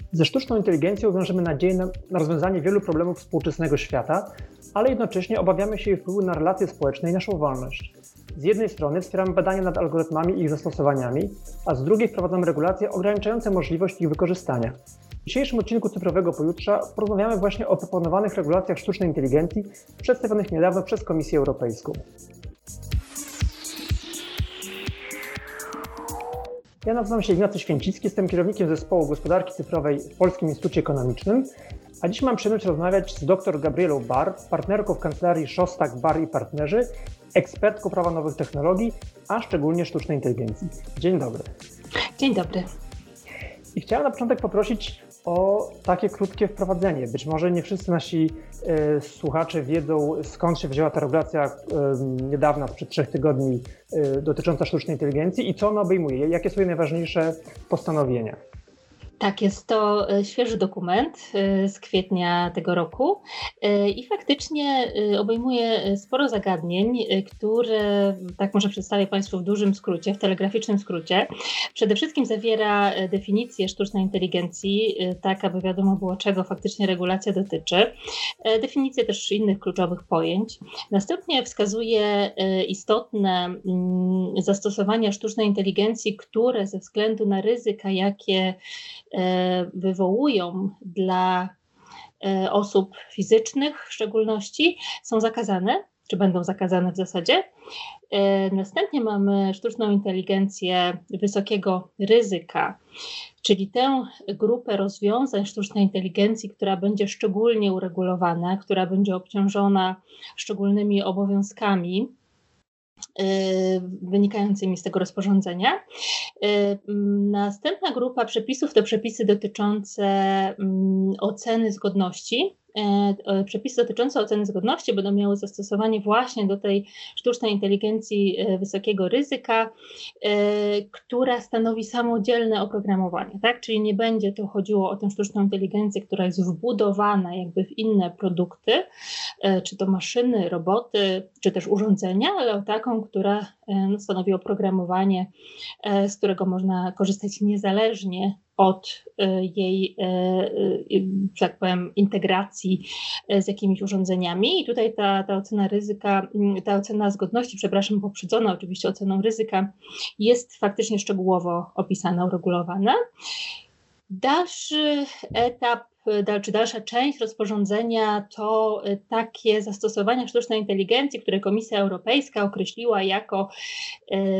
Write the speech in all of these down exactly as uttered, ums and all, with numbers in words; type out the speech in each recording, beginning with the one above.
Ze sztuczną inteligencją wiążemy nadzieję na, na rozwiązanie wielu problemów współczesnego świata, ale jednocześnie obawiamy się jej wpływu na relacje społeczne i naszą wolność. Z jednej strony wspieramy badania nad algorytmami i ich zastosowaniami, a z drugiej wprowadzamy regulacje ograniczające możliwość ich wykorzystania. W dzisiejszym odcinku Cyfrowego Pojutrza porozmawiamy właśnie o proponowanych regulacjach sztucznej inteligencji przedstawionych niedawno przez Komisję Europejską. Ja nazywam się Ignacy Święcicki, jestem kierownikiem Zespołu Gospodarki Cyfrowej w Polskim Instytucie Ekonomicznym, a dziś mam przyjemność rozmawiać z dr Gabrielą Bar, partnerką w kancelarii Szostak Bar i Partnerzy, ekspertką prawa nowych technologii, a szczególnie sztucznej inteligencji. Dzień dobry. Dzień dobry. I chciałem na początek poprosić o takie krótkie wprowadzenie. Być może nie wszyscy nasi y, słuchacze wiedzą, skąd się wzięła ta regulacja y, niedawna, sprzed trzech tygodni, y, dotycząca sztucznej inteligencji i co ona obejmuje, jakie są jej najważniejsze postanowienia. Tak, jest to świeży dokument z kwietnia tego roku i faktycznie obejmuje sporo zagadnień, które tak może przedstawię Państwu w dużym skrócie, w telegraficznym skrócie. Przede wszystkim zawiera definicję sztucznej inteligencji, tak aby wiadomo było, czego faktycznie regulacja dotyczy. Definicję też innych kluczowych pojęć. Następnie wskazuje istotne zastosowania sztucznej inteligencji, które ze względu na ryzyka, jakie wywołują dla osób fizycznych w szczególności, są zakazane, czy będą zakazane w zasadzie. Następnie mamy sztuczną inteligencję wysokiego ryzyka, czyli tę grupę rozwiązań sztucznej inteligencji, która będzie szczególnie uregulowana, która będzie obciążona szczególnymi obowiązkami wynikającymi z tego rozporządzenia. Następna grupa przepisów to przepisy dotyczące oceny zgodności. Przepisy dotyczące oceny zgodności będą miały zastosowanie właśnie do tej sztucznej inteligencji wysokiego ryzyka, która stanowi samodzielne oprogramowanie, tak? Czyli nie będzie to chodziło o tę sztuczną inteligencję, która jest wbudowana jakby w inne produkty, czy to maszyny, roboty, czy też urządzenia, ale o taką, która no, stanowi oprogramowanie, z którego można korzystać niezależnie od jej, że tak powiem, integracji z jakimiś urządzeniami. I tutaj ta, ta ocena ryzyka, ta ocena zgodności, przepraszam, poprzedzona oczywiście oceną ryzyka, jest faktycznie szczegółowo opisana, uregulowana. Dalszy etap, czy dalsza część rozporządzenia to takie zastosowania sztucznej inteligencji, które Komisja Europejska określiła jako y, y,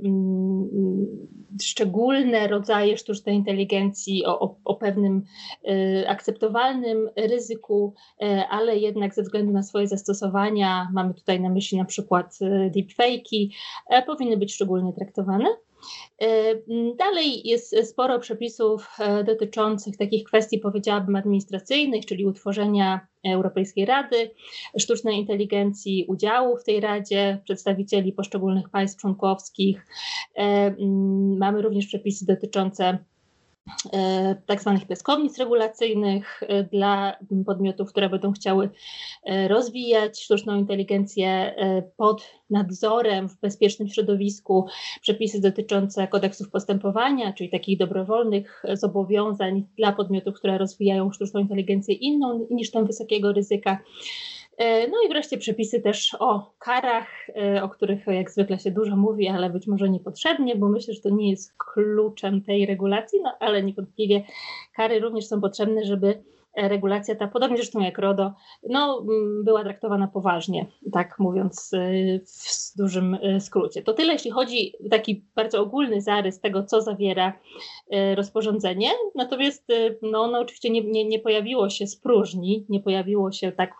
szczególne rodzaje sztucznej inteligencji o, o, o pewnym y, akceptowalnym ryzyku, y, ale jednak ze względu na swoje zastosowania, mamy tutaj na myśli na przykład y, deepfake'i, y, powinny być szczególnie traktowane. Dalej jest sporo przepisów dotyczących takich kwestii, powiedziałabym, administracyjnych, czyli utworzenia Europejskiej Rady Sztucznej Inteligencji, udziału w tej Radzie przedstawicieli poszczególnych państw członkowskich. Mamy również przepisy dotyczące tak zwanych piaskownic regulacyjnych dla podmiotów, które będą chciały rozwijać sztuczną inteligencję pod nadzorem w bezpiecznym środowisku, przepisy dotyczące kodeksów postępowania, czyli takich dobrowolnych zobowiązań dla podmiotów, które rozwijają sztuczną inteligencję inną niż tę wysokiego ryzyka. No i wreszcie przepisy też o karach, o których jak zwykle się dużo mówi, ale być może niepotrzebnie, bo myślę, że to nie jest kluczem tej regulacji, no ale niewątpliwie kary również są potrzebne, żeby regulacja ta, podobnie zresztą jak RODO, no, była traktowana poważnie, tak mówiąc w dużym skrócie. To tyle, jeśli chodzi o taki bardzo ogólny zarys tego, co zawiera rozporządzenie. Natomiast no, ono oczywiście nie, nie, nie pojawiło się z próżni, nie pojawiło się tak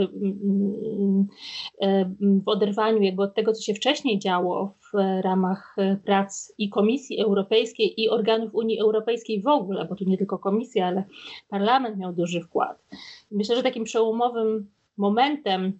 w oderwaniu jakby od tego, co się wcześniej działo w ramach prac i Komisji Europejskiej i organów Unii Europejskiej w ogóle, bo tu nie tylko Komisja, ale Parlament miał duży wkład. Myślę, że takim przełomowym momentem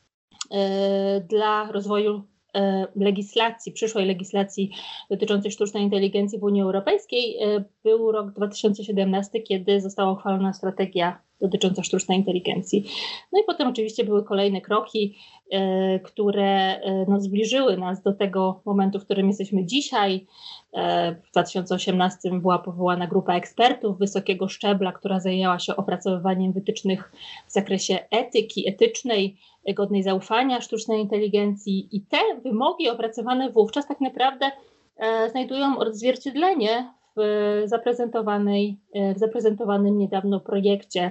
dla rozwoju legislacji, przyszłej legislacji dotyczącej sztucznej inteligencji w Unii Europejskiej był rok dwa tysiące siedemnasty, kiedy została uchwalona strategia dotycząca sztucznej inteligencji. No i potem oczywiście były kolejne kroki, które no, zbliżyły nas do tego momentu, w którym jesteśmy dzisiaj. W dwa tysiące osiemnastym była powołana grupa ekspertów wysokiego szczebla, która zajęła się opracowywaniem wytycznych w zakresie etyki, etycznej, godnej zaufania sztucznej inteligencji i te wymogi opracowane wówczas tak naprawdę znajdują odzwierciedlenie w zaprezentowanej, w zaprezentowanym niedawno projekcie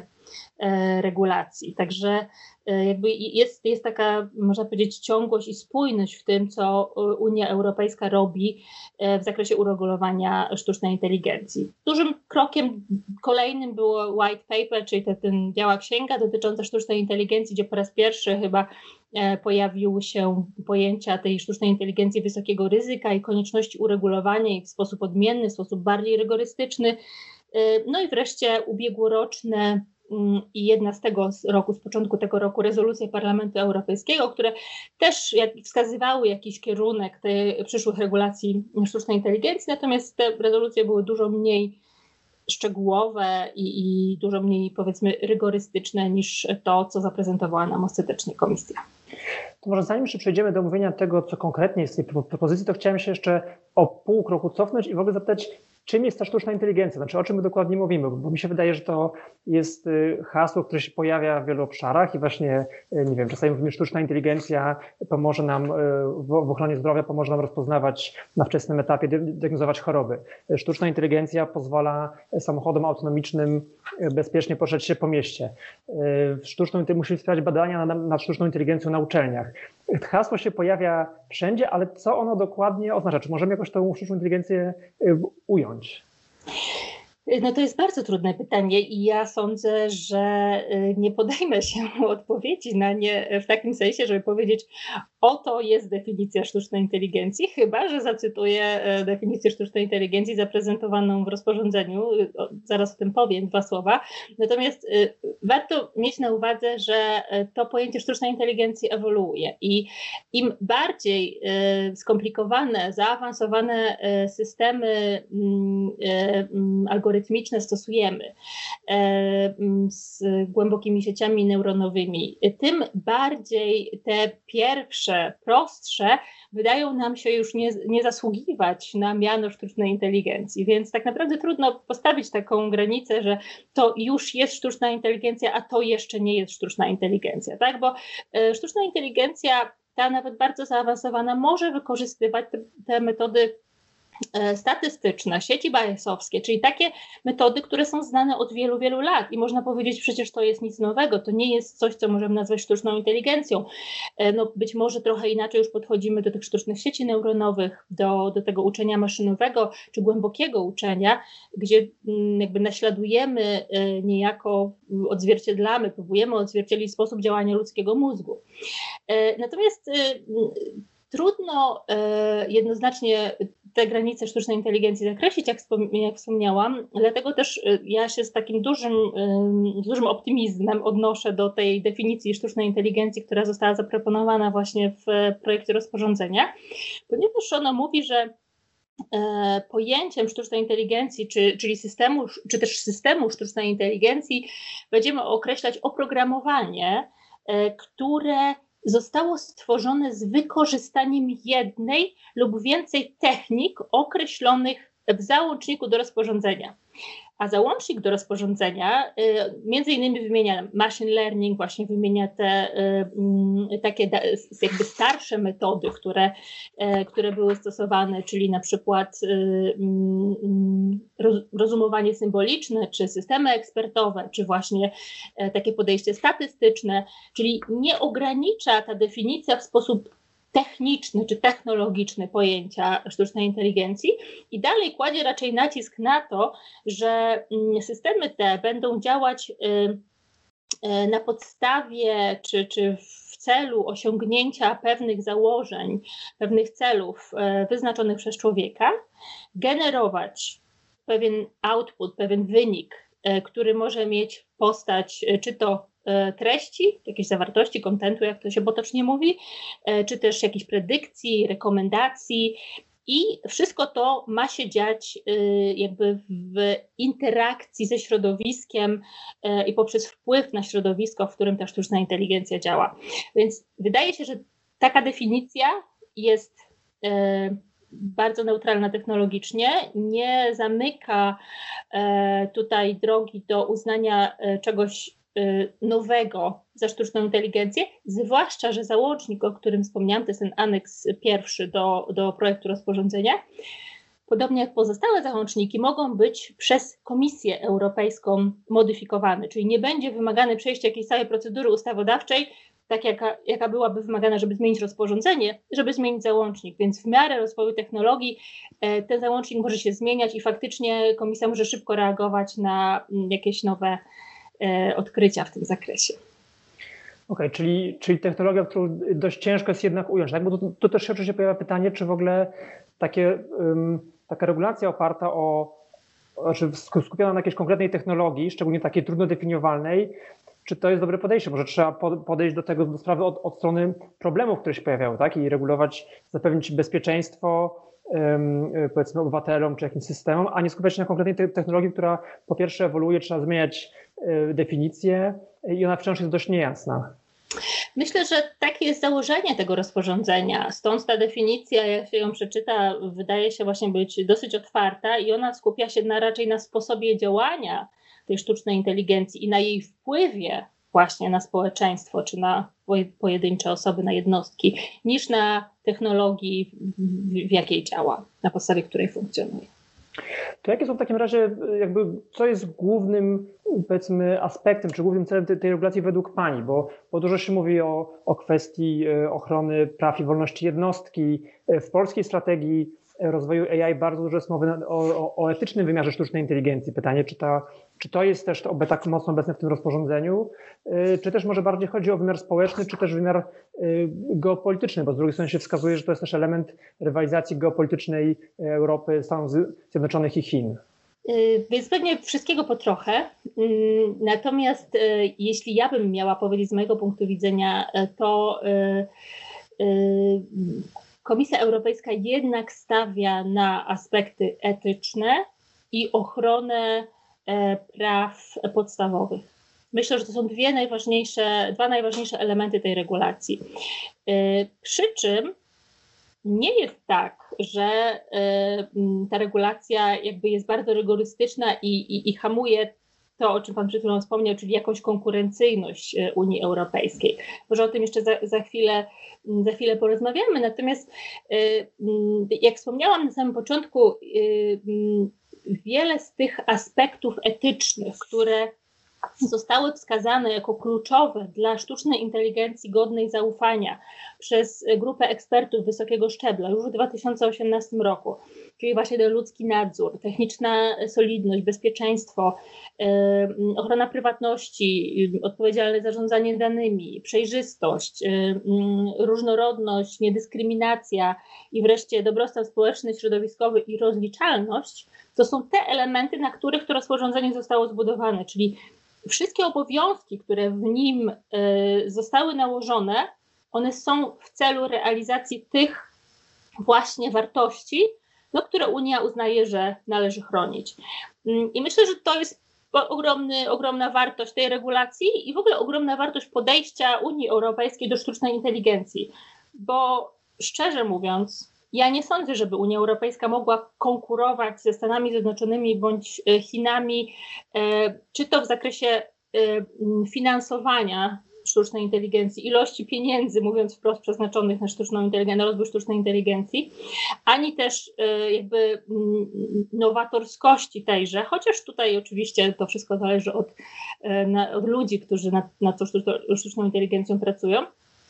regulacji. Także jakby jest, jest taka, można powiedzieć, ciągłość i spójność w tym, co Unia Europejska robi w zakresie uregulowania sztucznej inteligencji. Dużym krokiem kolejnym było white paper, czyli ten, ten biała księga dotycząca sztucznej inteligencji, gdzie po raz pierwszy chyba pojawiły się pojęcia tej sztucznej inteligencji wysokiego ryzyka i konieczności uregulowania jej w sposób odmienny, w sposób bardziej rygorystyczny. No i wreszcie ubiegłoroczne i jedna z tego roku, z początku tego roku rezolucje Parlamentu Europejskiego, które też jak wskazywały jakiś kierunek tej przyszłych regulacji sztucznej inteligencji, natomiast te rezolucje były dużo mniej szczegółowe i, i dużo mniej, powiedzmy, rygorystyczne niż to, co zaprezentowała nam ostatecznie Komisja. To może zanim jeszcze przejdziemy do omówienia tego, co konkretnie jest w tej propozycji, to chciałem się jeszcze o pół kroku cofnąć i w ogóle zapytać, czym jest ta sztuczna inteligencja? Znaczy, o czym my dokładnie mówimy? Bo mi się wydaje, że to jest hasło, które się pojawia w wielu obszarach i właśnie, nie wiem, czasami mówimy, sztuczna inteligencja pomoże nam w ochronie zdrowia, pomoże nam rozpoznawać na wczesnym etapie, diagnozować choroby. Sztuczna inteligencja pozwala samochodom autonomicznym bezpiecznie poruszać się po mieście. Sztuczną, musimy wspierać badania nad, nad sztuczną inteligencją na uczelniach. Hasło się pojawia wszędzie, ale co ono dokładnie oznacza? Czy możemy jakoś tą sztuczną inteligencję ująć? No to jest bardzo trudne pytanie i ja sądzę, że nie podejmę się odpowiedzi na nie w takim sensie, żeby powiedzieć, oto jest definicja sztucznej inteligencji, chyba że zacytuję definicję sztucznej inteligencji zaprezentowaną w rozporządzeniu, zaraz o tym powiem dwa słowa. Natomiast warto mieć na uwadze, że to pojęcie sztucznej inteligencji ewoluuje i im bardziej skomplikowane, zaawansowane systemy algorytmiczne stosujemy z głębokimi sieciami neuronowymi, tym bardziej te pierwsze, prostsze wydają nam się już nie, nie zasługiwać na miano sztucznej inteligencji, więc tak naprawdę trudno postawić taką granicę, że to już jest sztuczna inteligencja, a to jeszcze nie jest sztuczna inteligencja, tak? Bo e, sztuczna inteligencja, ta nawet bardzo zaawansowana, może wykorzystywać te, te metody statystyczne, sieci bayesowskie, czyli takie metody, które są znane od wielu, wielu lat i można powiedzieć, przecież to jest nic nowego, to nie jest coś, co możemy nazwać sztuczną inteligencją. No, być może trochę inaczej już podchodzimy do tych sztucznych sieci neuronowych, do, do tego uczenia maszynowego czy głębokiego uczenia, gdzie jakby naśladujemy, niejako odzwierciedlamy, próbujemy odzwierciedlić sposób działania ludzkiego mózgu. Natomiast trudno jednoznacznie te granice sztucznej inteligencji zakreślić, jak, wspom- jak wspomniałam, dlatego też ja się z takim dużym, z dużym optymizmem odnoszę do tej definicji sztucznej inteligencji, która została zaproponowana właśnie w projekcie rozporządzenia, ponieważ ona mówi, że pojęciem sztucznej inteligencji, czy, czyli systemu, czy też systemu sztucznej inteligencji będziemy określać oprogramowanie, które zostało stworzone z wykorzystaniem jednej lub więcej technik określonych w załączniku do rozporządzenia. A załącznik do rozporządzenia y, między innymi wymienia machine learning, właśnie wymienia te y, takie da, jakby starsze metody, które, y, które były stosowane, czyli na przykład y, y, rozumowanie symboliczne, czy systemy ekspertowe, czy właśnie y, takie podejście statystyczne, czyli nie ogranicza ta definicja w sposób techniczny czy technologiczny pojęcia sztucznej inteligencji i dalej kładzie raczej nacisk na to, że systemy te będą działać na podstawie czy, czy w celu osiągnięcia pewnych założeń, pewnych celów wyznaczonych przez człowieka, generować pewien output, pewien wynik, który może mieć postać czy to treści, jakiejś zawartości, kontentu, jak to się potocznie mówi, czy też jakichś predykcji, rekomendacji I wszystko to ma się dziać jakby w interakcji ze środowiskiem i poprzez wpływ na środowisko, w którym ta sztuczna inteligencja działa. Więc wydaje się, że taka definicja jest bardzo neutralna technologicznie, nie zamyka tutaj drogi do uznania czegoś nowego za sztuczną inteligencję, zwłaszcza, że załącznik, o którym wspomniałam, to jest ten aneks pierwszy do, do projektu rozporządzenia, podobnie jak pozostałe załączniki, mogą być przez Komisję Europejską modyfikowane, czyli nie będzie wymagane przejście jakiejś całej procedury ustawodawczej, tak jaka, jaka byłaby wymagana, żeby zmienić rozporządzenie, żeby zmienić załącznik. Więc w miarę rozwoju technologii e, ten załącznik może się zmieniać i faktycznie Komisja może szybko reagować na m, jakieś nowe e, odkrycia w tym zakresie. Okej, okay, czyli, czyli technologia, którą dość ciężko jest jednak ująć, tak? Bo tu, tu też się oczywiście pojawia pytanie, czy w ogóle takie, um, taka regulacja oparta o, znaczy skupiona na jakiejś konkretnej technologii, szczególnie takiej trudno definiowalnej, czy to jest dobre podejście? Może trzeba podejść do tego do sprawy od, od strony problemów, które się pojawiają, tak? I regulować, zapewnić bezpieczeństwo um, powiedzmy obywatelom czy jakimś systemom, a nie skupiać się na konkretnej te- technologii, która po pierwsze ewoluuje, trzeba zmieniać y, definicję i ona wciąż jest dość niejasna. Myślę, że takie jest założenie tego rozporządzenia. Stąd ta definicja, jak się ją przeczyta, wydaje się właśnie być dosyć otwarta i ona skupia się na, raczej na sposobie działania tej sztucznej inteligencji i na jej wpływie właśnie na społeczeństwo, czy na pojedyncze osoby, na jednostki, niż na technologii, w, w jakiej działa, na podstawie której funkcjonuje. To jakie są w takim razie, jakby, co jest głównym, powiedzmy, aspektem, czy głównym celem tej, tej regulacji według Pani? Bo, bo dużo się mówi o, o kwestii ochrony praw i wolności jednostki. W polskiej strategii rozwoju A I bardzo dużo jest mowy o, o, o etycznym wymiarze sztucznej inteligencji. Pytanie, czy, ta, czy to jest też to, tak mocno obecne w tym rozporządzeniu, czy też może bardziej chodzi o wymiar społeczny, czy też wymiar geopolityczny, bo z drugiej strony się wskazuje, że to jest też element rywalizacji geopolitycznej Europy, Stanów Zjednoczonych i Chin. Więc pewnie wszystkiego po trochę. Natomiast jeśli ja bym miała powiedzieć z mojego punktu widzenia, to Komisja Europejska jednak stawia na aspekty etyczne i ochronę praw podstawowych. Myślę, że to są dwie najważniejsze, dwa najważniejsze elementy tej regulacji. Przy czym nie jest tak, że ta regulacja jakby jest bardzo rygorystyczna i, i, i hamuje to, o czym Pan przed chwilą wspomniał, czyli jakąś konkurencyjność Unii Europejskiej. Może o tym jeszcze za, za, chwilę, za chwilę porozmawiamy. Natomiast jak wspomniałam na samym początku, wiele z tych aspektów etycznych, które zostały wskazane jako kluczowe dla sztucznej inteligencji godnej zaufania przez grupę ekspertów wysokiego szczebla już w dwa tysiące osiemnastym roku, czyli właśnie ten ludzki nadzór, techniczna solidność, bezpieczeństwo, yy, ochrona prywatności, yy, odpowiedzialne zarządzanie danymi, przejrzystość, yy, yy, różnorodność, niedyskryminacja i wreszcie dobrostan społeczny, środowiskowy i rozliczalność, to są te elementy, na których to rozporządzenie zostało zbudowane, czyli wszystkie obowiązki, które w nim y, zostały nałożone, one są w celu realizacji tych właśnie wartości, no, które Unia uznaje, że należy chronić. I myślę, że to jest ogromny, ogromna wartość tej regulacji i w ogóle ogromna wartość podejścia Unii Europejskiej do sztucznej inteligencji, bo szczerze mówiąc, ja nie sądzę, żeby Unia Europejska mogła konkurować ze Stanami Zjednoczonymi bądź Chinami, czy to w zakresie finansowania sztucznej inteligencji, ilości pieniędzy, mówiąc wprost, przeznaczonych na sztuczną inteligencję, na rozwój sztucznej inteligencji, ani też jakby nowatorskości tejże, chociaż tutaj oczywiście to wszystko zależy od, od ludzi, którzy nad, nad tą sztuczną inteligencją pracują,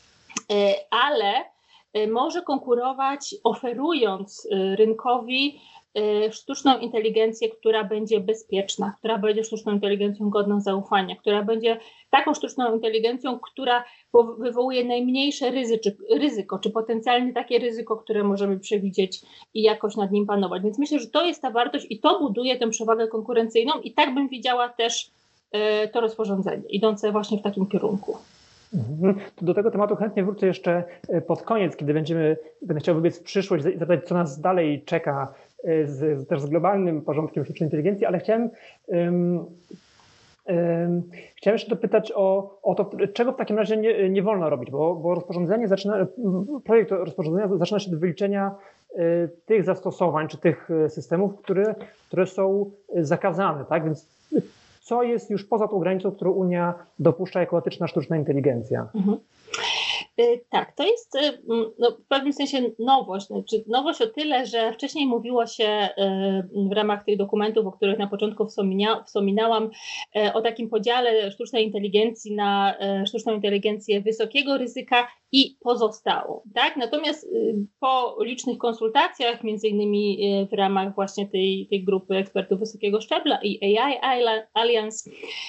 ale może konkurować, oferując rynkowi sztuczną inteligencję, która będzie bezpieczna, która będzie sztuczną inteligencją godną zaufania, która będzie taką sztuczną inteligencją, która wywołuje najmniejsze ryzyko, ryzyko, czy potencjalnie takie ryzyko, które możemy przewidzieć i jakoś nad nim panować. Więc myślę, że to jest ta wartość i to buduje tę przewagę konkurencyjną i tak bym widziała też to rozporządzenie, idące właśnie w takim kierunku. To do tego tematu chętnie wrócę jeszcze pod koniec, kiedy będziemy, będę chciał wybiec w przyszłość i zapytać, co nas dalej czeka z, też z globalnym porządkiem sztucznej inteligencji, ale chciałem, um, um, chciałem jeszcze dopytać o, o to, czego w takim razie nie, nie wolno robić, bo, bo rozporządzenie zaczyna, projekt rozporządzenia zaczyna się od wyliczenia tych zastosowań czy tych systemów, które, które są zakazane, tak? Więc co jest już poza tą granicą, którą Unia dopuszcza jako etyczna sztuczna inteligencja? Mhm. Tak, to jest no, w pewnym sensie nowość. Znaczy, nowość o tyle, że wcześniej mówiło się w ramach tych dokumentów, o których na początku wspomina, wspominałam, o takim podziale sztucznej inteligencji na sztuczną inteligencję wysokiego ryzyka i pozostałą. Tak? Natomiast po licznych konsultacjach, między innymi w ramach właśnie tej, tej grupy ekspertów wysokiego szczebla i A I Alliance,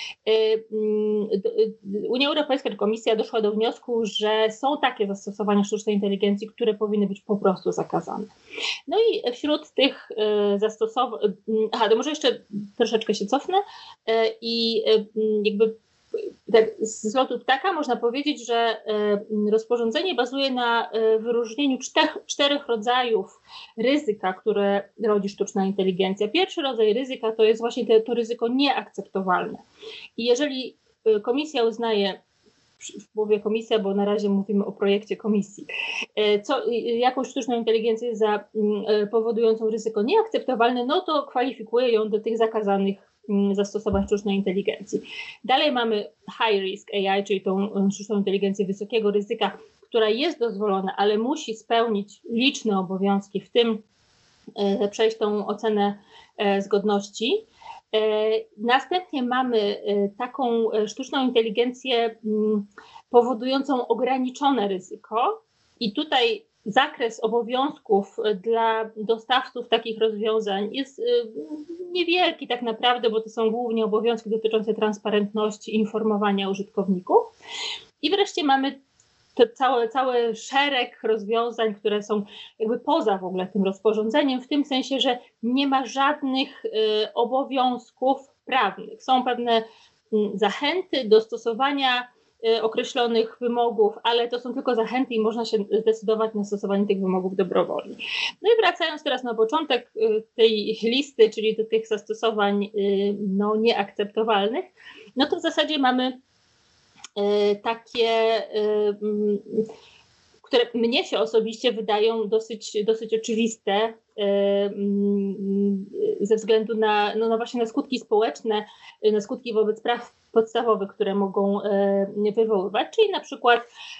Unia Europejska czy Komisja doszła do wniosku, że są takie zastosowania sztucznej inteligencji, które powinny być po prostu zakazane. No i wśród tych zastosowań, aha, to może jeszcze troszeczkę się cofnę i jakby tak, z lotu ptaka można powiedzieć, że rozporządzenie bazuje na wyróżnieniu czterech, czterech rodzajów ryzyka, które rodzi sztuczna inteligencja. Pierwszy rodzaj ryzyka to jest właśnie to, to ryzyko nieakceptowalne. I jeżeli komisja uznaje, mówię komisja, bo na razie mówimy o projekcie komisji, co, jakąś sztuczną inteligencję za powodującą ryzyko nieakceptowalne, no to kwalifikuje ją do tych zakazanych zastosowań sztucznej inteligencji. Dalej mamy high risk A I, czyli tą sztuczną inteligencję wysokiego ryzyka, która jest dozwolona, ale musi spełnić liczne obowiązki, w tym przejść tą ocenę zgodności. Następnie mamy taką sztuczną inteligencję powodującą ograniczone ryzyko i tutaj zakres obowiązków dla dostawców takich rozwiązań jest niewielki tak naprawdę, bo to są głównie obowiązki dotyczące transparentności, informowania użytkowników. I wreszcie mamy to cały, cały szereg rozwiązań, które są jakby poza w ogóle tym rozporządzeniem, w tym sensie, że nie ma żadnych y, obowiązków prawnych. Są pewne y, zachęty do stosowania y, określonych wymogów, ale to są tylko zachęty i można się zdecydować na stosowanie tych wymogów dobrowolnie. No i wracając teraz na początek y, tej listy, czyli do tych zastosowań y, no, nieakceptowalnych, no to w zasadzie mamy takie, które mnie się osobiście wydają dosyć, dosyć oczywiste ze względu na, no, no właśnie na skutki społeczne, na skutki wobec praw podstawowych, które mogą wywoływać, czyli na przykład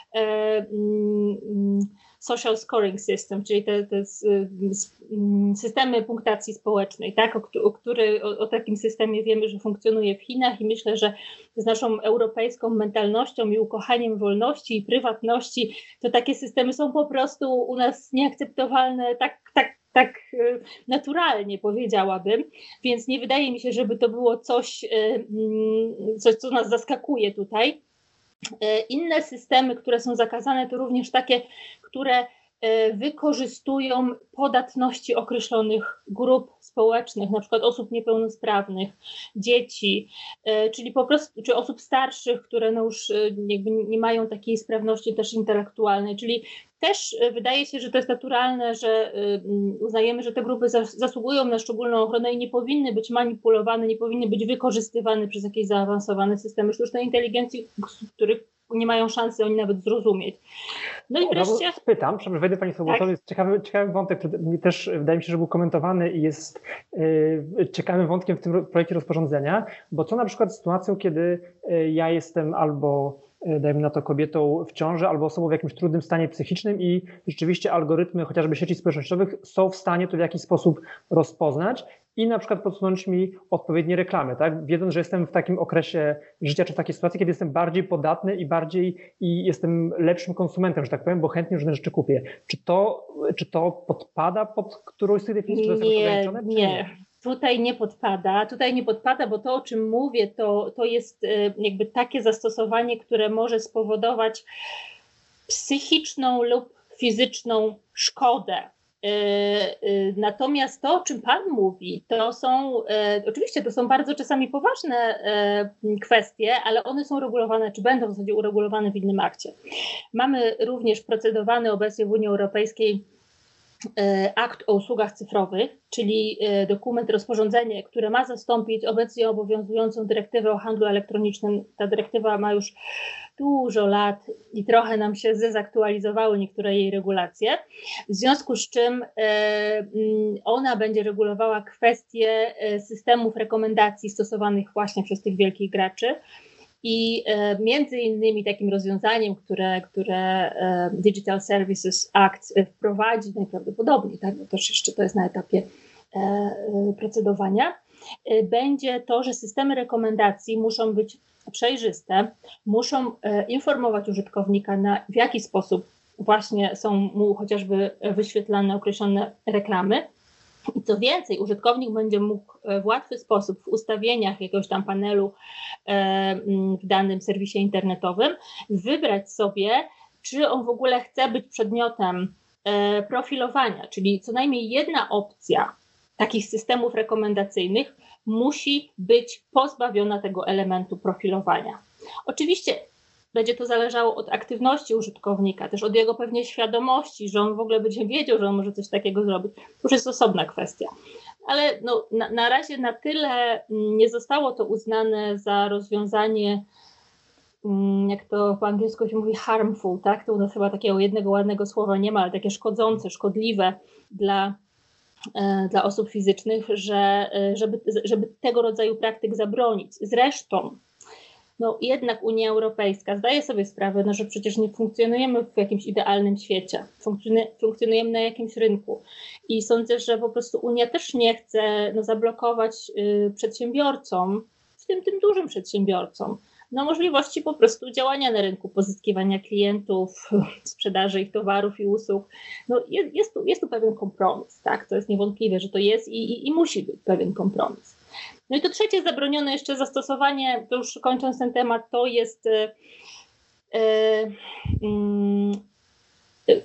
social scoring system, czyli te, te systemy punktacji społecznej, tak, o, o, który, o, o takim systemie wiemy, że funkcjonuje w Chinach i myślę, że z naszą europejską mentalnością i ukochaniem wolności i prywatności, to takie systemy są po prostu u nas nieakceptowalne tak, tak, tak naturalnie, powiedziałabym, więc nie wydaje mi się, żeby to było coś, coś co nas zaskakuje tutaj. Inne systemy, które są zakazane, to również takie, które wykorzystują podatności określonych grup społecznych, na przykład osób niepełnosprawnych, dzieci, czyli po prostu, czy osób starszych, które no już jakby nie mają takiej sprawności też intelektualnej, czyli też wydaje się, że to jest naturalne, że uznajemy, że te grupy zasługują na szczególną ochronę i nie powinny być manipulowane, nie powinny być wykorzystywane przez jakieś zaawansowane systemy sztucznej inteligencji, których nie mają szansy oni nawet zrozumieć. No i wreszcie... Spytam, przepraszam, wejdę Pani słowo, tak? To jest ciekawy, ciekawy wątek, który też wydaje mi się, że był komentowany i jest yy, ciekawym wątkiem w tym projekcie rozporządzenia, bo co na przykład z sytuacją, kiedy yy, ja jestem albo dajmy na to kobietą w ciąży albo osobą w jakimś trudnym stanie psychicznym i rzeczywiście algorytmy chociażby sieci społecznościowych są w stanie to w jakiś sposób rozpoznać i na przykład podsunąć mi odpowiednie reklamy, tak? Wiedząc, że jestem w takim okresie życia czy w takiej sytuacji, kiedy jestem bardziej podatny i bardziej i jestem lepszym konsumentem, że tak powiem, bo chętnie różne rzeczy kupię. Czy to, czy to podpada pod którąś z tych definicji? Czy to jest nie, nie. nie. Tutaj nie podpada, tutaj nie podpada, bo to, o czym mówię, to, to jest jakby takie zastosowanie, które może spowodować psychiczną lub fizyczną szkodę Natomiast to, o czym Pan mówi, to są, oczywiście to są bardzo czasami poważne kwestie, ale one są regulowane, czy będą w zasadzie uregulowane w innym akcie. Mamy również procedowany obecnie w Unii Europejskiej akt o usługach cyfrowych, czyli dokument, rozporządzenie, które ma zastąpić obecnie obowiązującą dyrektywę o handlu elektronicznym. Ta dyrektywa ma już dużo lat i trochę nam się zdezaktualizowały niektóre jej regulacje, w związku z czym ona będzie regulowała kwestie systemów rekomendacji stosowanych właśnie przez tych wielkich graczy. I e, między innymi takim rozwiązaniem, które, które e, Digital Services Act wprowadzi najprawdopodobniej, tak, bo też jeszcze to jest na etapie e, e, procedowania, e, będzie to, że systemy rekomendacji muszą być przejrzyste, muszą e, informować użytkownika, na, w jaki sposób właśnie są mu chociażby wyświetlane określone reklamy. I co więcej, użytkownik będzie mógł w łatwy sposób w ustawieniach jakiegoś tam panelu w danym serwisie internetowym wybrać sobie, czy on w ogóle chce być przedmiotem profilowania, czyli co najmniej jedna opcja takich systemów rekomendacyjnych musi być pozbawiona tego elementu profilowania. Oczywiście będzie to zależało od aktywności użytkownika, też od jego pewnie świadomości, że on w ogóle będzie wiedział, że on może coś takiego zrobić. To już jest osobna kwestia. Ale no, na, na razie na tyle nie zostało to uznane za rozwiązanie, jak to po angielsku się mówi, harmful, tak? To u nas chyba takiego jednego ładnego słowa nie ma, ale takie szkodzące, szkodliwe dla, dla osób fizycznych, że, żeby, żeby tego rodzaju praktyk zabronić. Zresztą no jednak Unia Europejska zdaje sobie sprawę, no, że przecież nie funkcjonujemy w jakimś idealnym świecie, funkcjonujemy na jakimś rynku i sądzę, że po prostu Unia też nie chce no, zablokować y, przedsiębiorcom, w tym tym dużym przedsiębiorcom, no, możliwości po prostu działania na rynku, pozyskiwania klientów, sprzedaży ich towarów i usług. No, jest, jest, tu, jest tu pewien kompromis, tak? To jest niewątpliwe, że to jest i, i, i musi być pewien kompromis. No i to trzecie zabronione jeszcze zastosowanie, to już kończąc ten temat, to jest e, e, e,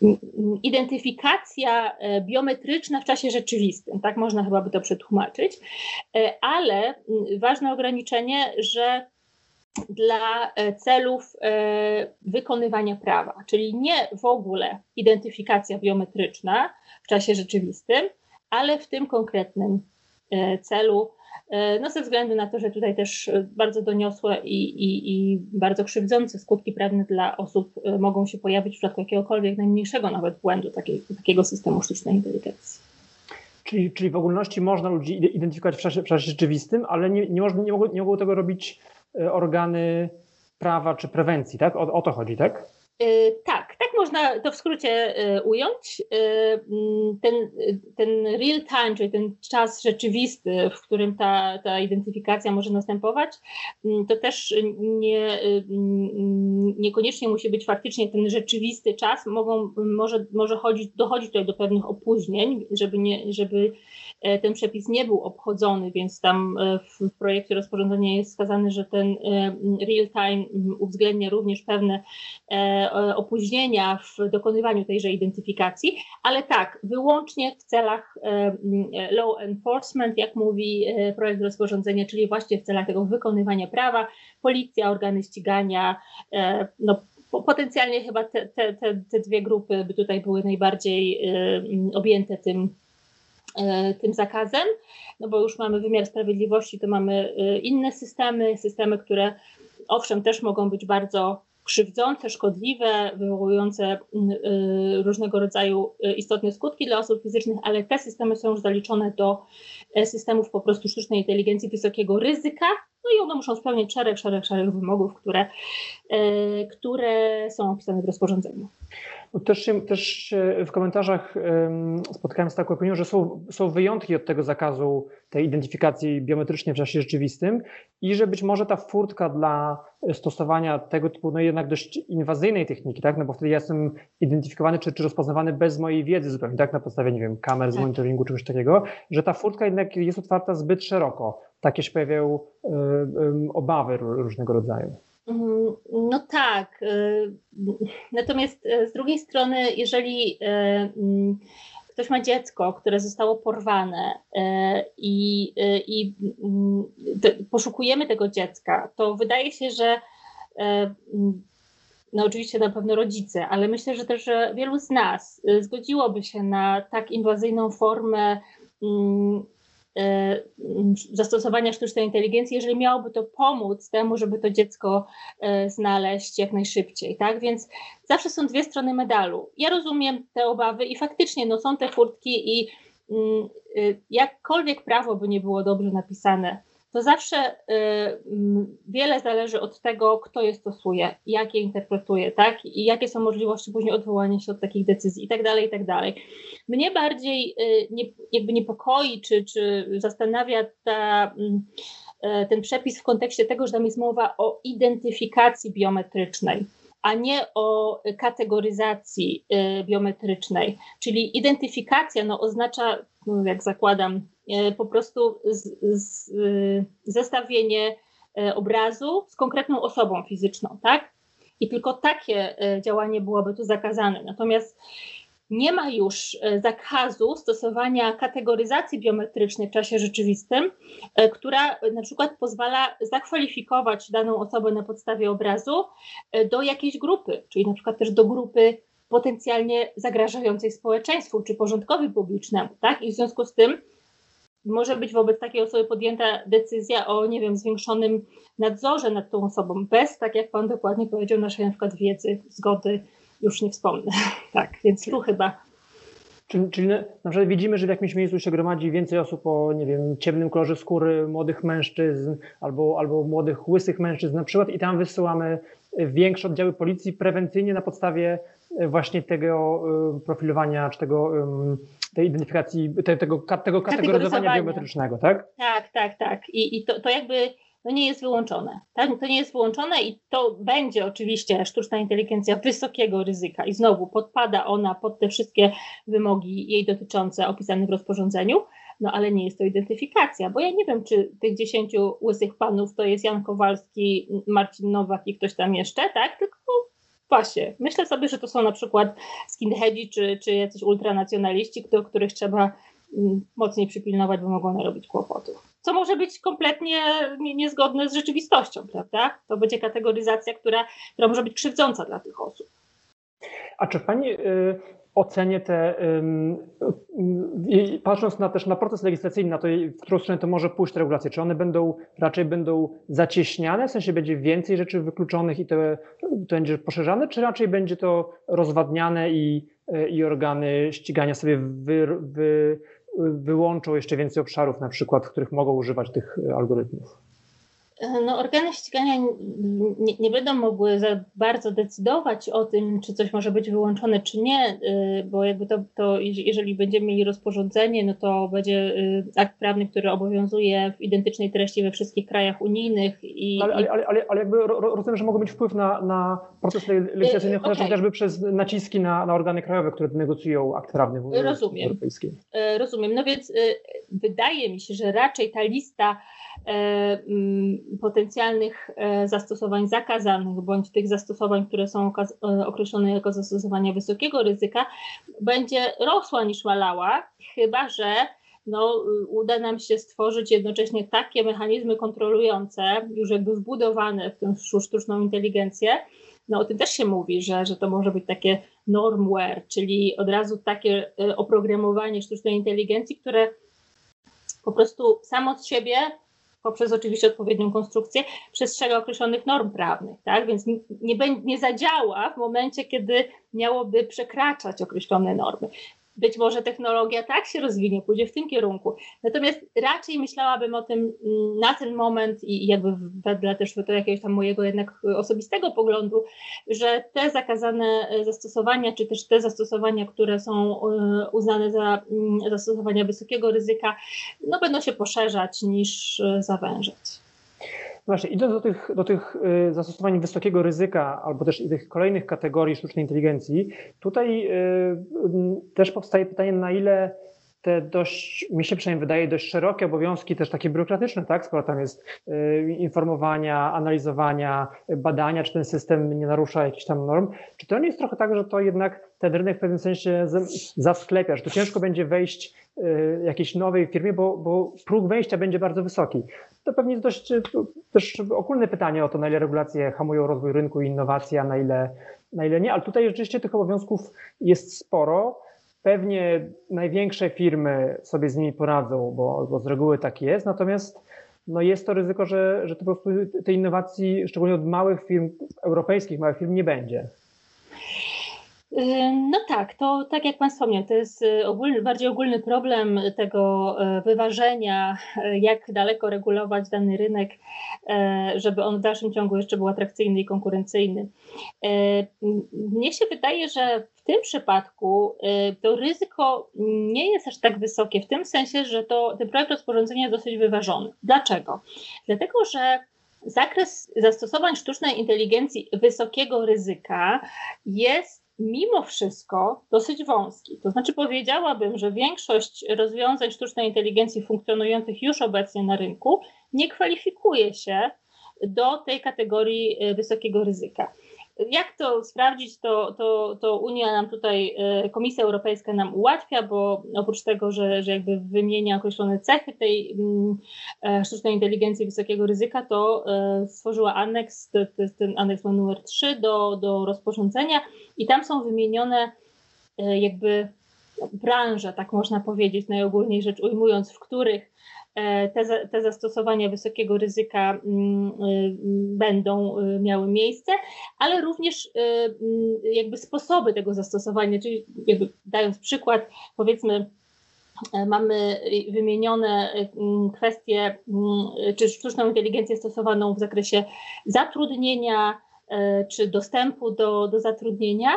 identyfikacja biometryczna w czasie rzeczywistym, tak można chyba by to przetłumaczyć, e, ale ważne ograniczenie, że dla celów e, wykonywania prawa, czyli nie w ogóle identyfikacja biometryczna w czasie rzeczywistym, ale w tym konkretnym e, celu, e, no ze względu na to, że tutaj też bardzo doniosłe i, i, i bardzo krzywdzące skutki prawne dla osób e, mogą się pojawić w przypadku jakiegokolwiek najmniejszego nawet błędu takiej, takiego systemu sztucznej inteligencji. Czyli, czyli w ogólności można ludzi identyfikować w czasie, w czasie rzeczywistym, ale nie, nie, można, nie, mogą, nie mogą tego robić organy prawa czy prewencji, tak? O, o to chodzi, tak? Yy, tak, tak można to w skrócie yy, ująć. Yy, ten, ten real time, czyli ten czas rzeczywisty, w którym ta, ta identyfikacja może następować, yy, to też nie, yy, niekoniecznie musi być faktycznie ten rzeczywisty czas. Mogą, może, może chodzić, dochodzić tutaj do pewnych opóźnień, żeby, nie, żeby ten przepis nie był obchodzony, więc tam w projekcie rozporządzenia jest wskazane, że ten real time uwzględnia również pewne opóźnienia w dokonywaniu tejże identyfikacji, ale tak, wyłącznie w celach law enforcement, jak mówi projekt rozporządzenia, czyli właśnie w celach tego wykonywania prawa, policja, organy ścigania, no potencjalnie chyba te, te, te, te dwie grupy by tutaj były najbardziej objęte tym tym zakazem, no bo już mamy wymiar sprawiedliwości, to mamy inne systemy, systemy, które owszem też mogą być bardzo krzywdzące, szkodliwe, wywołujące różnego rodzaju istotne skutki dla osób fizycznych, ale te systemy są już zaliczone do systemów po prostu sztucznej inteligencji wysokiego ryzyka, no i one muszą spełniać szereg, szereg, szereg wymogów, które, które są opisane w rozporządzeniu. Też, się, też w komentarzach spotkałem z taką opinią, że są, są wyjątki od tego zakazu tej identyfikacji biometrycznie w czasie rzeczywistym i że być może ta furtka dla stosowania tego typu no jednak dość inwazyjnej techniki, tak? No bo wtedy ja jestem identyfikowany czy, czy rozpoznawany bez mojej wiedzy zupełnie, tak? Na podstawie, nie wiem, kamer z monitoringu, czegoś takiego, że ta furtka jednak jest otwarta zbyt szeroko. Takie się pojawiają y, y, obawy różnego rodzaju. No tak, natomiast z drugiej strony, jeżeli ktoś ma dziecko, które zostało porwane i, i poszukujemy tego dziecka, to wydaje się, że no oczywiście na pewno rodzice, ale myślę, że też że wielu z nas zgodziłoby się na tak inwazyjną formę zastosowania sztucznej inteligencji, jeżeli miałoby to pomóc temu, żeby to dziecko znaleźć jak najszybciej, tak? Więc zawsze są dwie strony medalu. Ja rozumiem te obawy i faktycznie no, są te furtki i jakkolwiek prawo by nie było dobrze napisane, to zawsze y, y, wiele zależy od tego, kto je stosuje, jak je interpretuje, tak? I jakie są możliwości później odwołania się od takich decyzji i tak dalej, i tak dalej. Mnie bardziej y, nie, jakby niepokoi, czy, czy zastanawia ta, y, ten przepis w kontekście tego, że tam jest mowa o identyfikacji biometrycznej, a nie o kategoryzacji y, biometrycznej. Czyli identyfikacja no, oznacza, no, jak zakładam, po prostu z, z, zestawienie obrazu z konkretną osobą fizyczną, tak? I tylko takie działanie byłoby tu zakazane. Natomiast nie ma już zakazu stosowania kategoryzacji biometrycznej w czasie rzeczywistym, która na przykład pozwala zakwalifikować daną osobę na podstawie obrazu do jakiejś grupy, czyli na przykład też do grupy potencjalnie zagrażającej społeczeństwu czy porządkowi publicznemu, tak? I w związku z tym może być wobec takiej osoby podjęta decyzja o, nie wiem, zwiększonym nadzorze nad tą osobą, bez, tak jak pan dokładnie powiedział, naszej na przykład wiedzy, zgody, już nie wspomnę. Tak, więc tu chyba. Czyli, czyli na przykład widzimy, że w jakimś miejscu się gromadzi więcej osób o, nie wiem, ciemnym kolorze skóry, młodych mężczyzn albo, albo młodych, łysych mężczyzn na przykład i tam wysyłamy większe oddziały policji prewencyjnie na podstawie właśnie tego profilowania, czy tego, tej identyfikacji, te, tego, tego kategoryzowania biometrycznego, tak? Tak, tak, tak. I, i to, to jakby no nie jest wyłączone. Tak? To nie jest wyłączone i to będzie oczywiście sztuczna inteligencja wysokiego ryzyka i znowu podpada ona pod te wszystkie wymogi jej dotyczące opisane w rozporządzeniu, no ale nie jest to identyfikacja, bo ja nie wiem, czy tych dziesięciu łysych panów to jest Jan Kowalski, Marcin Nowak i ktoś tam jeszcze, tak? Tylko właśnie, myślę sobie, że to są na przykład skinheadzi czy, czy jacyś ultranacjonaliści, do których trzeba mocniej przypilnować, bo mogą narobić kłopotów. Co może być kompletnie niezgodne z rzeczywistością, prawda? To będzie kategoryzacja, która, która może być krzywdząca dla tych osób. A czy pani y, ocenie te, y, y, patrząc na, też na proces legislacyjny, na to, w którą stronę to może pójść te regulacje, czy one będą raczej będą zacieśniane, w sensie będzie więcej rzeczy wykluczonych i to, to będzie poszerzane, czy raczej będzie to rozwadniane i, i organy ścigania sobie wy, wy, wyłączą jeszcze więcej obszarów, na przykład, w których mogą używać tych algorytmów? No, organy ścigania nie, nie będą mogły za bardzo decydować o tym, czy coś może być wyłączone, czy nie, bo jakby to, to jeżeli będziemy mieli rozporządzenie, no to będzie akt prawny, który obowiązuje w identycznej treści we wszystkich krajach unijnych. I, ale, ale, ale, ale jakby rozumiem, że mogą mieć wpływ na, na proces legislacyjny, chociaż, okay. chociażby przez naciski na, na organy krajowe, które negocjują akt prawny w Unii Rozumiem. Europejskiej. Rozumiem. No więc wydaje mi się, że raczej ta lista potencjalnych zastosowań zakazanych, bądź tych zastosowań, które są określone jako zastosowania wysokiego ryzyka, będzie rosła niż malała, chyba że no, uda nam się stworzyć jednocześnie takie mechanizmy kontrolujące, już jakby wbudowane w tę sztuczną inteligencję. No o tym też się mówi, że, że to może być takie normware, czyli od razu takie oprogramowanie sztucznej inteligencji, które po prostu samo z siebie, poprzez oczywiście odpowiednią konstrukcję, przestrzega określonych norm prawnych, tak? Więc nie, nie, nie zadziała w momencie, kiedy miałoby przekraczać określone normy. Być może technologia tak się rozwinie, pójdzie w tym kierunku. Natomiast raczej myślałabym o tym na ten moment i jakby wedle też to jakiegoś tam mojego jednak osobistego poglądu, że te zakazane zastosowania, czy też te zastosowania, które są uznane za zastosowania wysokiego ryzyka, no będą się poszerzać niż zawężać. Właśnie, idąc do tych, do tych zastosowań wysokiego ryzyka albo też i tych kolejnych kategorii sztucznej inteligencji, tutaj y, y, też powstaje pytanie, na ile te dość, mi się przynajmniej wydaje, dość szerokie obowiązki, też takie biurokratyczne, tak? Skoro tam jest y, informowania, analizowania, badania, czy ten system nie narusza jakichś tam norm, czy to nie jest trochę tak, że to jednak ten rynek w pewnym sensie zasklepia, że to ciężko będzie wejść y, jakiejś nowej firmie, bo, bo próg wejścia będzie bardzo wysoki. To pewnie jest dość też ogólne pytanie o to, na ile regulacje hamują rozwój rynku i innowacje, a na ile, na ile nie, ale tutaj rzeczywiście tych obowiązków jest sporo. Pewnie największe firmy sobie z nimi poradzą, bo, bo z reguły tak jest, natomiast no jest to ryzyko, że, że to po prostu tej innowacji, szczególnie od małych firm, europejskich małych firm, nie będzie. No tak, to tak jak Pan wspomniał, to jest ogólny, bardziej ogólny problem tego wyważenia, jak daleko regulować dany rynek, żeby on w dalszym ciągu jeszcze był atrakcyjny i konkurencyjny. Mnie się wydaje, że w tym przypadku to ryzyko nie jest aż tak wysokie, w tym sensie, że to, ten projekt rozporządzenia jest dosyć wyważony. Dlaczego? Dlatego, że zakres zastosowań sztucznej inteligencji wysokiego ryzyka jest mimo wszystko dosyć wąski. To znaczy powiedziałabym, że większość rozwiązań sztucznej inteligencji funkcjonujących już obecnie na rynku nie kwalifikuje się do tej kategorii wysokiego ryzyka. Jak to sprawdzić, to, to, to Unia nam tutaj, Komisja Europejska nam ułatwia, bo oprócz tego, że, że jakby wymienia określone cechy tej sztucznej inteligencji wysokiego ryzyka, to stworzyła aneks, to, to jest ten aneks ma numer trzy do, do rozporządzenia i tam są wymienione jakby branże, tak można powiedzieć, najogólniej rzecz ujmując, w których Te, te zastosowania wysokiego ryzyka będą miały miejsce, ale również jakby sposoby tego zastosowania, czyli jakby dając przykład, powiedzmy, mamy wymienione kwestie, czy sztuczną inteligencję stosowaną w zakresie zatrudnienia, czy dostępu do, do zatrudnienia,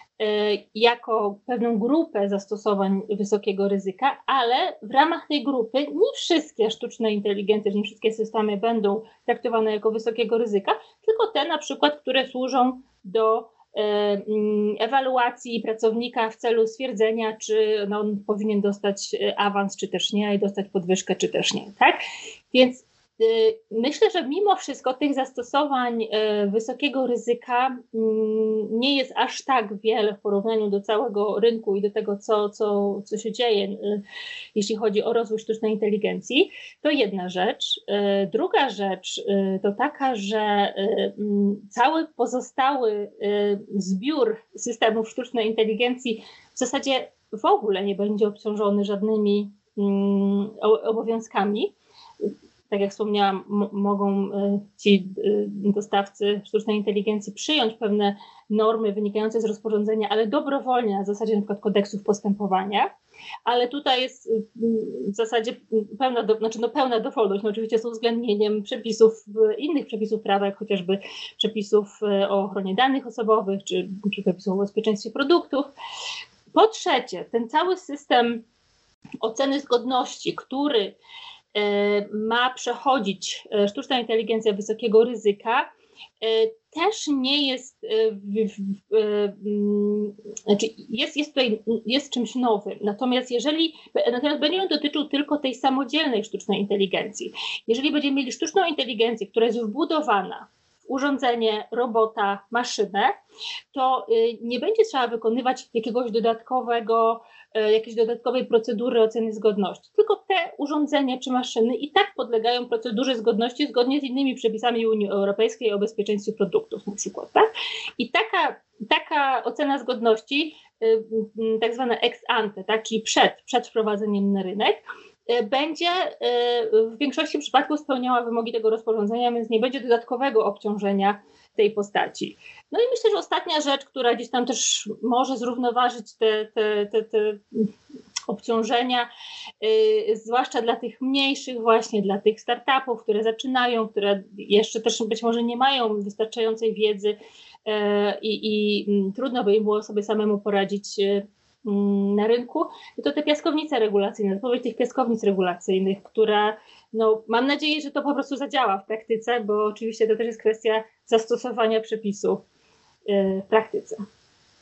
jako pewną grupę zastosowań wysokiego ryzyka, ale w ramach tej grupy nie wszystkie sztuczne inteligencje, nie wszystkie systemy będą traktowane jako wysokiego ryzyka, tylko te na przykład, które służą do ewaluacji pracownika w celu stwierdzenia, czy no, on powinien dostać awans, czy też nie, i dostać podwyżkę, czy też nie. Tak? Więc myślę, że mimo wszystko tych zastosowań wysokiego ryzyka nie jest aż tak wiele w porównaniu do całego rynku i do tego, co, co, co się dzieje, jeśli chodzi o rozwój sztucznej inteligencji. To jedna rzecz. Druga rzecz to taka, że cały pozostały zbiór systemów sztucznej inteligencji w zasadzie w ogóle nie będzie obciążony żadnymi obowiązkami. Tak jak wspomniałam, m- mogą ci dostawcy sztucznej inteligencji przyjąć pewne normy wynikające z rozporządzenia, ale dobrowolnie, na zasadzie na przykład kodeksów postępowania. Ale tutaj jest w zasadzie pełna, do, znaczy no pełna dowolność, no oczywiście z uwzględnieniem przepisów, innych przepisów prawa, jak chociażby przepisów o ochronie danych osobowych, czy, czy przepisów o bezpieczeństwie produktów. Po trzecie, ten cały system oceny zgodności, który ma przechodzić sztuczna inteligencja wysokiego ryzyka, też nie jest, znaczy jest, jest tutaj jest czymś nowym. Natomiast jeżeli natomiast będzie on dotyczył tylko tej samodzielnej sztucznej inteligencji. Jeżeli będziemy mieli sztuczną inteligencję, która jest wbudowana w urządzenie, robota, maszynę, to nie będzie trzeba wykonywać jakiegoś dodatkowego jakiejś dodatkowej procedury oceny zgodności. Tylko te urządzenia czy maszyny i tak podlegają procedurze zgodności zgodnie z innymi przepisami Unii Europejskiej o bezpieczeństwie produktów na przykład. Tak? I taka, taka ocena zgodności, tak zwana ex ante, tak? Czyli przed, przed wprowadzeniem na rynek, będzie w większości przypadków spełniała wymogi tego rozporządzenia, więc nie będzie dodatkowego obciążenia tej postaci. No i myślę, że ostatnia rzecz, która gdzieś tam też może zrównoważyć te, te, te, te obciążenia, yy, zwłaszcza dla tych mniejszych właśnie, dla tych startupów, które zaczynają, które jeszcze też być może nie mają wystarczającej wiedzy yy, i yy, trudno by im było sobie samemu poradzić yy, na rynku, to te piaskownice regulacyjne, odpowiedź tych piaskownic regulacyjnych, która, no mam nadzieję, że to po prostu zadziała w praktyce, bo oczywiście to też jest kwestia zastosowania przepisów w praktyce.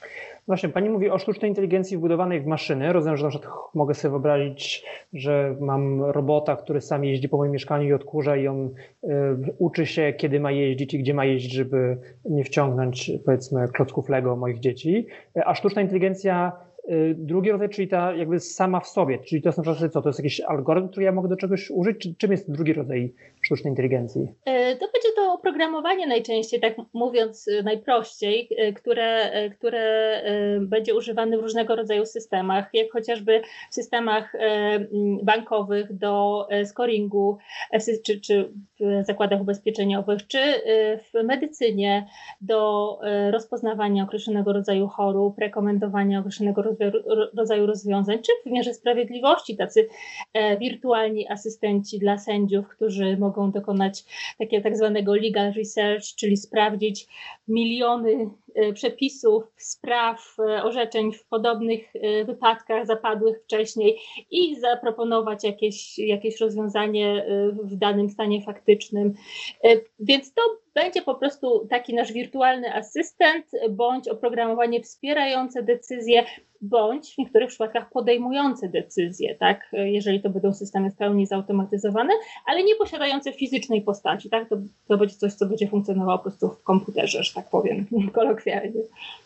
Właśnie, pani mówi o sztucznej inteligencji wbudowanej w maszyny. Rozumiem, że na przykład mogę sobie wyobrazić, że mam robota, który sam jeździ po moim mieszkaniu i odkurza i on y, uczy się, kiedy ma jeździć i gdzie ma jeździć, żeby nie wciągnąć, powiedzmy, klocków Lego moich dzieci. A sztuczna inteligencja, y, drugi rodzaj, czyli ta jakby sama w sobie, czyli to jest na przykład co, to jest jakiś algorytm, który ja mogę do czegoś użyć, czy czym jest drugi rodzaj sztucznej inteligencji? To będzie to oprogramowanie najczęściej, tak mówiąc najprościej, które, które będzie używane w różnego rodzaju systemach, jak chociażby w systemach bankowych do scoringu, czy, czy w zakładach ubezpieczeniowych, czy w medycynie do rozpoznawania określonego rodzaju chorób, rekomendowania określonego rodzaju rozwiązań, czy w wymiarze sprawiedliwości tacy wirtualni asystenci dla sędziów, którzy mogą dokonać takiego tak zwanego legal research, czyli sprawdzić miliony przepisów, spraw, orzeczeń w podobnych wypadkach zapadłych wcześniej i zaproponować jakieś, jakieś rozwiązanie w danym stanie faktycznym. Więc to będzie po prostu taki nasz wirtualny asystent, bądź oprogramowanie wspierające decyzje, bądź w niektórych przypadkach podejmujące decyzje, tak? Jeżeli to będą systemy w pełni zautomatyzowane, ale nie posiadające fizycznej postaci. Tak? To, to będzie coś, co będzie funkcjonowało po prostu w komputerze, że tak powiem, kolokwialnie.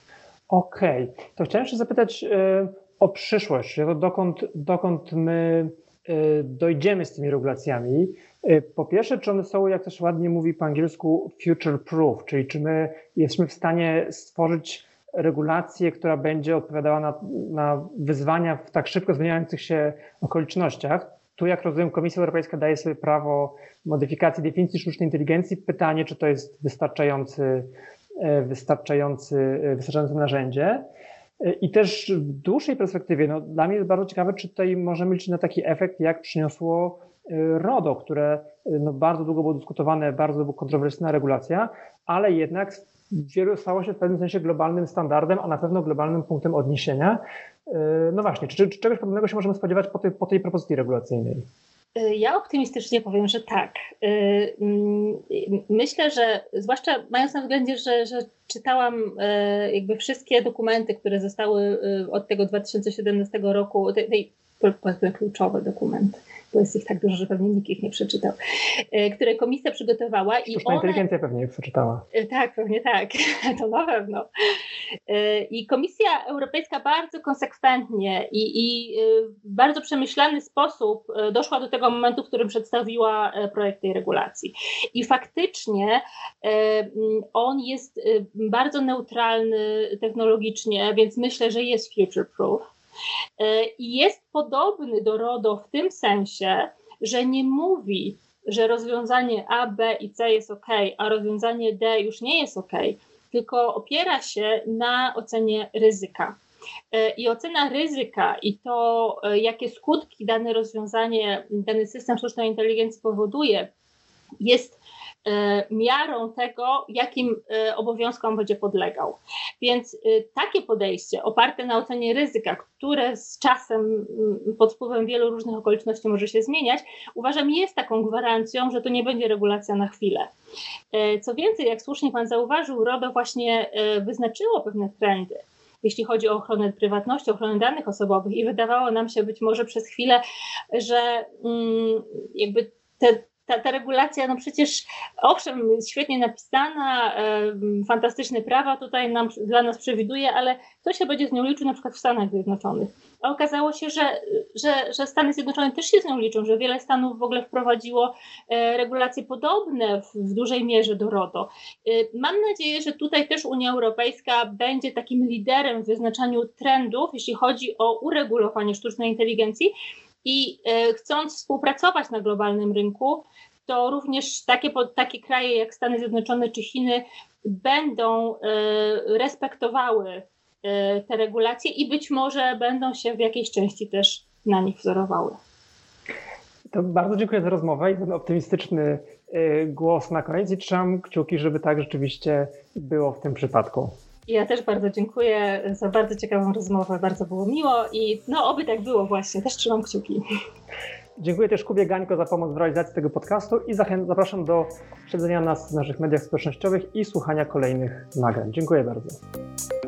Okej, okay. To chciałem jeszcze zapytać y, o przyszłość. Dokąd, dokąd my y, dojdziemy z tymi regulacjami? Y, po pierwsze, czy one są, jak też ładnie mówi po angielsku, future proof, czyli czy my jesteśmy w stanie stworzyć regulację, która będzie odpowiadała na, na wyzwania w tak szybko zmieniających się okolicznościach. Tu, jak rozumiem, Komisja Europejska daje sobie prawo modyfikacji definicji sztucznej inteligencji. Pytanie, czy to jest wystarczający, wystarczający, wystarczające narzędzie. I też w dłuższej perspektywie, no, dla mnie jest bardzo ciekawe, czy tutaj możemy liczyć na taki efekt, jak przyniosło RODO, które no, bardzo długo było dyskutowane, bardzo było kontrowersyjna regulacja, ale jednak wielu stało się w pewnym sensie globalnym standardem, a na pewno globalnym punktem odniesienia. No właśnie, czy, czy czegoś podobnego się możemy spodziewać po tej, po tej propozycji regulacyjnej? Ja optymistycznie powiem, że tak. Myślę, że zwłaszcza mając na względzie, że, że czytałam jakby wszystkie dokumenty, które zostały od tego dwa tysiące siedemnastego roku, tej, tej kluczowe dokumenty, bo jest ich tak dużo, że pewnie nikt ich nie przeczytał, które komisja przygotowała. Sztuczna i one... inteligencja pewnie je przeczytała. Tak, pewnie tak, to na pewno. I Komisja Europejska bardzo konsekwentnie i, i w bardzo przemyślany sposób doszła do tego momentu, w którym przedstawiła projekt tej regulacji. I faktycznie on jest bardzo neutralny technologicznie, więc myślę, że jest future proof. I jest podobny do RODO w tym sensie, że nie mówi, że rozwiązanie A, B i C jest ok, a rozwiązanie D już nie jest ok, tylko opiera się na ocenie ryzyka. I ocena ryzyka i to, jakie skutki dane rozwiązanie, dany system sztucznej inteligencji powoduje, jest miarą tego, jakim obowiązkom będzie podlegał. Więc takie podejście oparte na ocenie ryzyka, które z czasem pod wpływem wielu różnych okoliczności może się zmieniać, uważam, jest taką gwarancją, że to nie będzie regulacja na chwilę. Co więcej, jak słusznie pan zauważył, RODO właśnie wyznaczyło pewne trendy, jeśli chodzi o ochronę prywatności, ochronę danych osobowych i wydawało nam się być może przez chwilę, że jakby te Ta, ta regulacja, no przecież owszem, jest świetnie napisana, e, fantastyczne prawa tutaj nam, dla nas przewiduje, ale kto się będzie z nią liczył na przykład w Stanach Zjednoczonych? A okazało się, że, że, że Stany Zjednoczone też się z nią liczą, że wiele stanów w ogóle wprowadziło e, regulacje podobne w, w dużej mierze do RODO. E, mam nadzieję, że tutaj też Unia Europejska będzie takim liderem w wyznaczaniu trendów, jeśli chodzi o uregulowanie sztucznej inteligencji. I e, chcąc współpracować na globalnym rynku, to również takie, takie kraje jak Stany Zjednoczone czy Chiny będą e, respektowały e, te regulacje i być może będą się w jakiejś części też na nich wzorowały. To bardzo dziękuję za rozmowę i ten optymistyczny e, głos na koniec i trzymam kciuki, żeby tak rzeczywiście było w tym przypadku. Ja też bardzo dziękuję za bardzo ciekawą rozmowę, bardzo było miło i no oby tak było właśnie, też trzymam kciuki. Dziękuję też Kubie Gańko za pomoc w realizacji tego podcastu i zachę- zapraszam do śledzenia nas w naszych mediach społecznościowych i słuchania kolejnych nagrań. Dziękuję bardzo.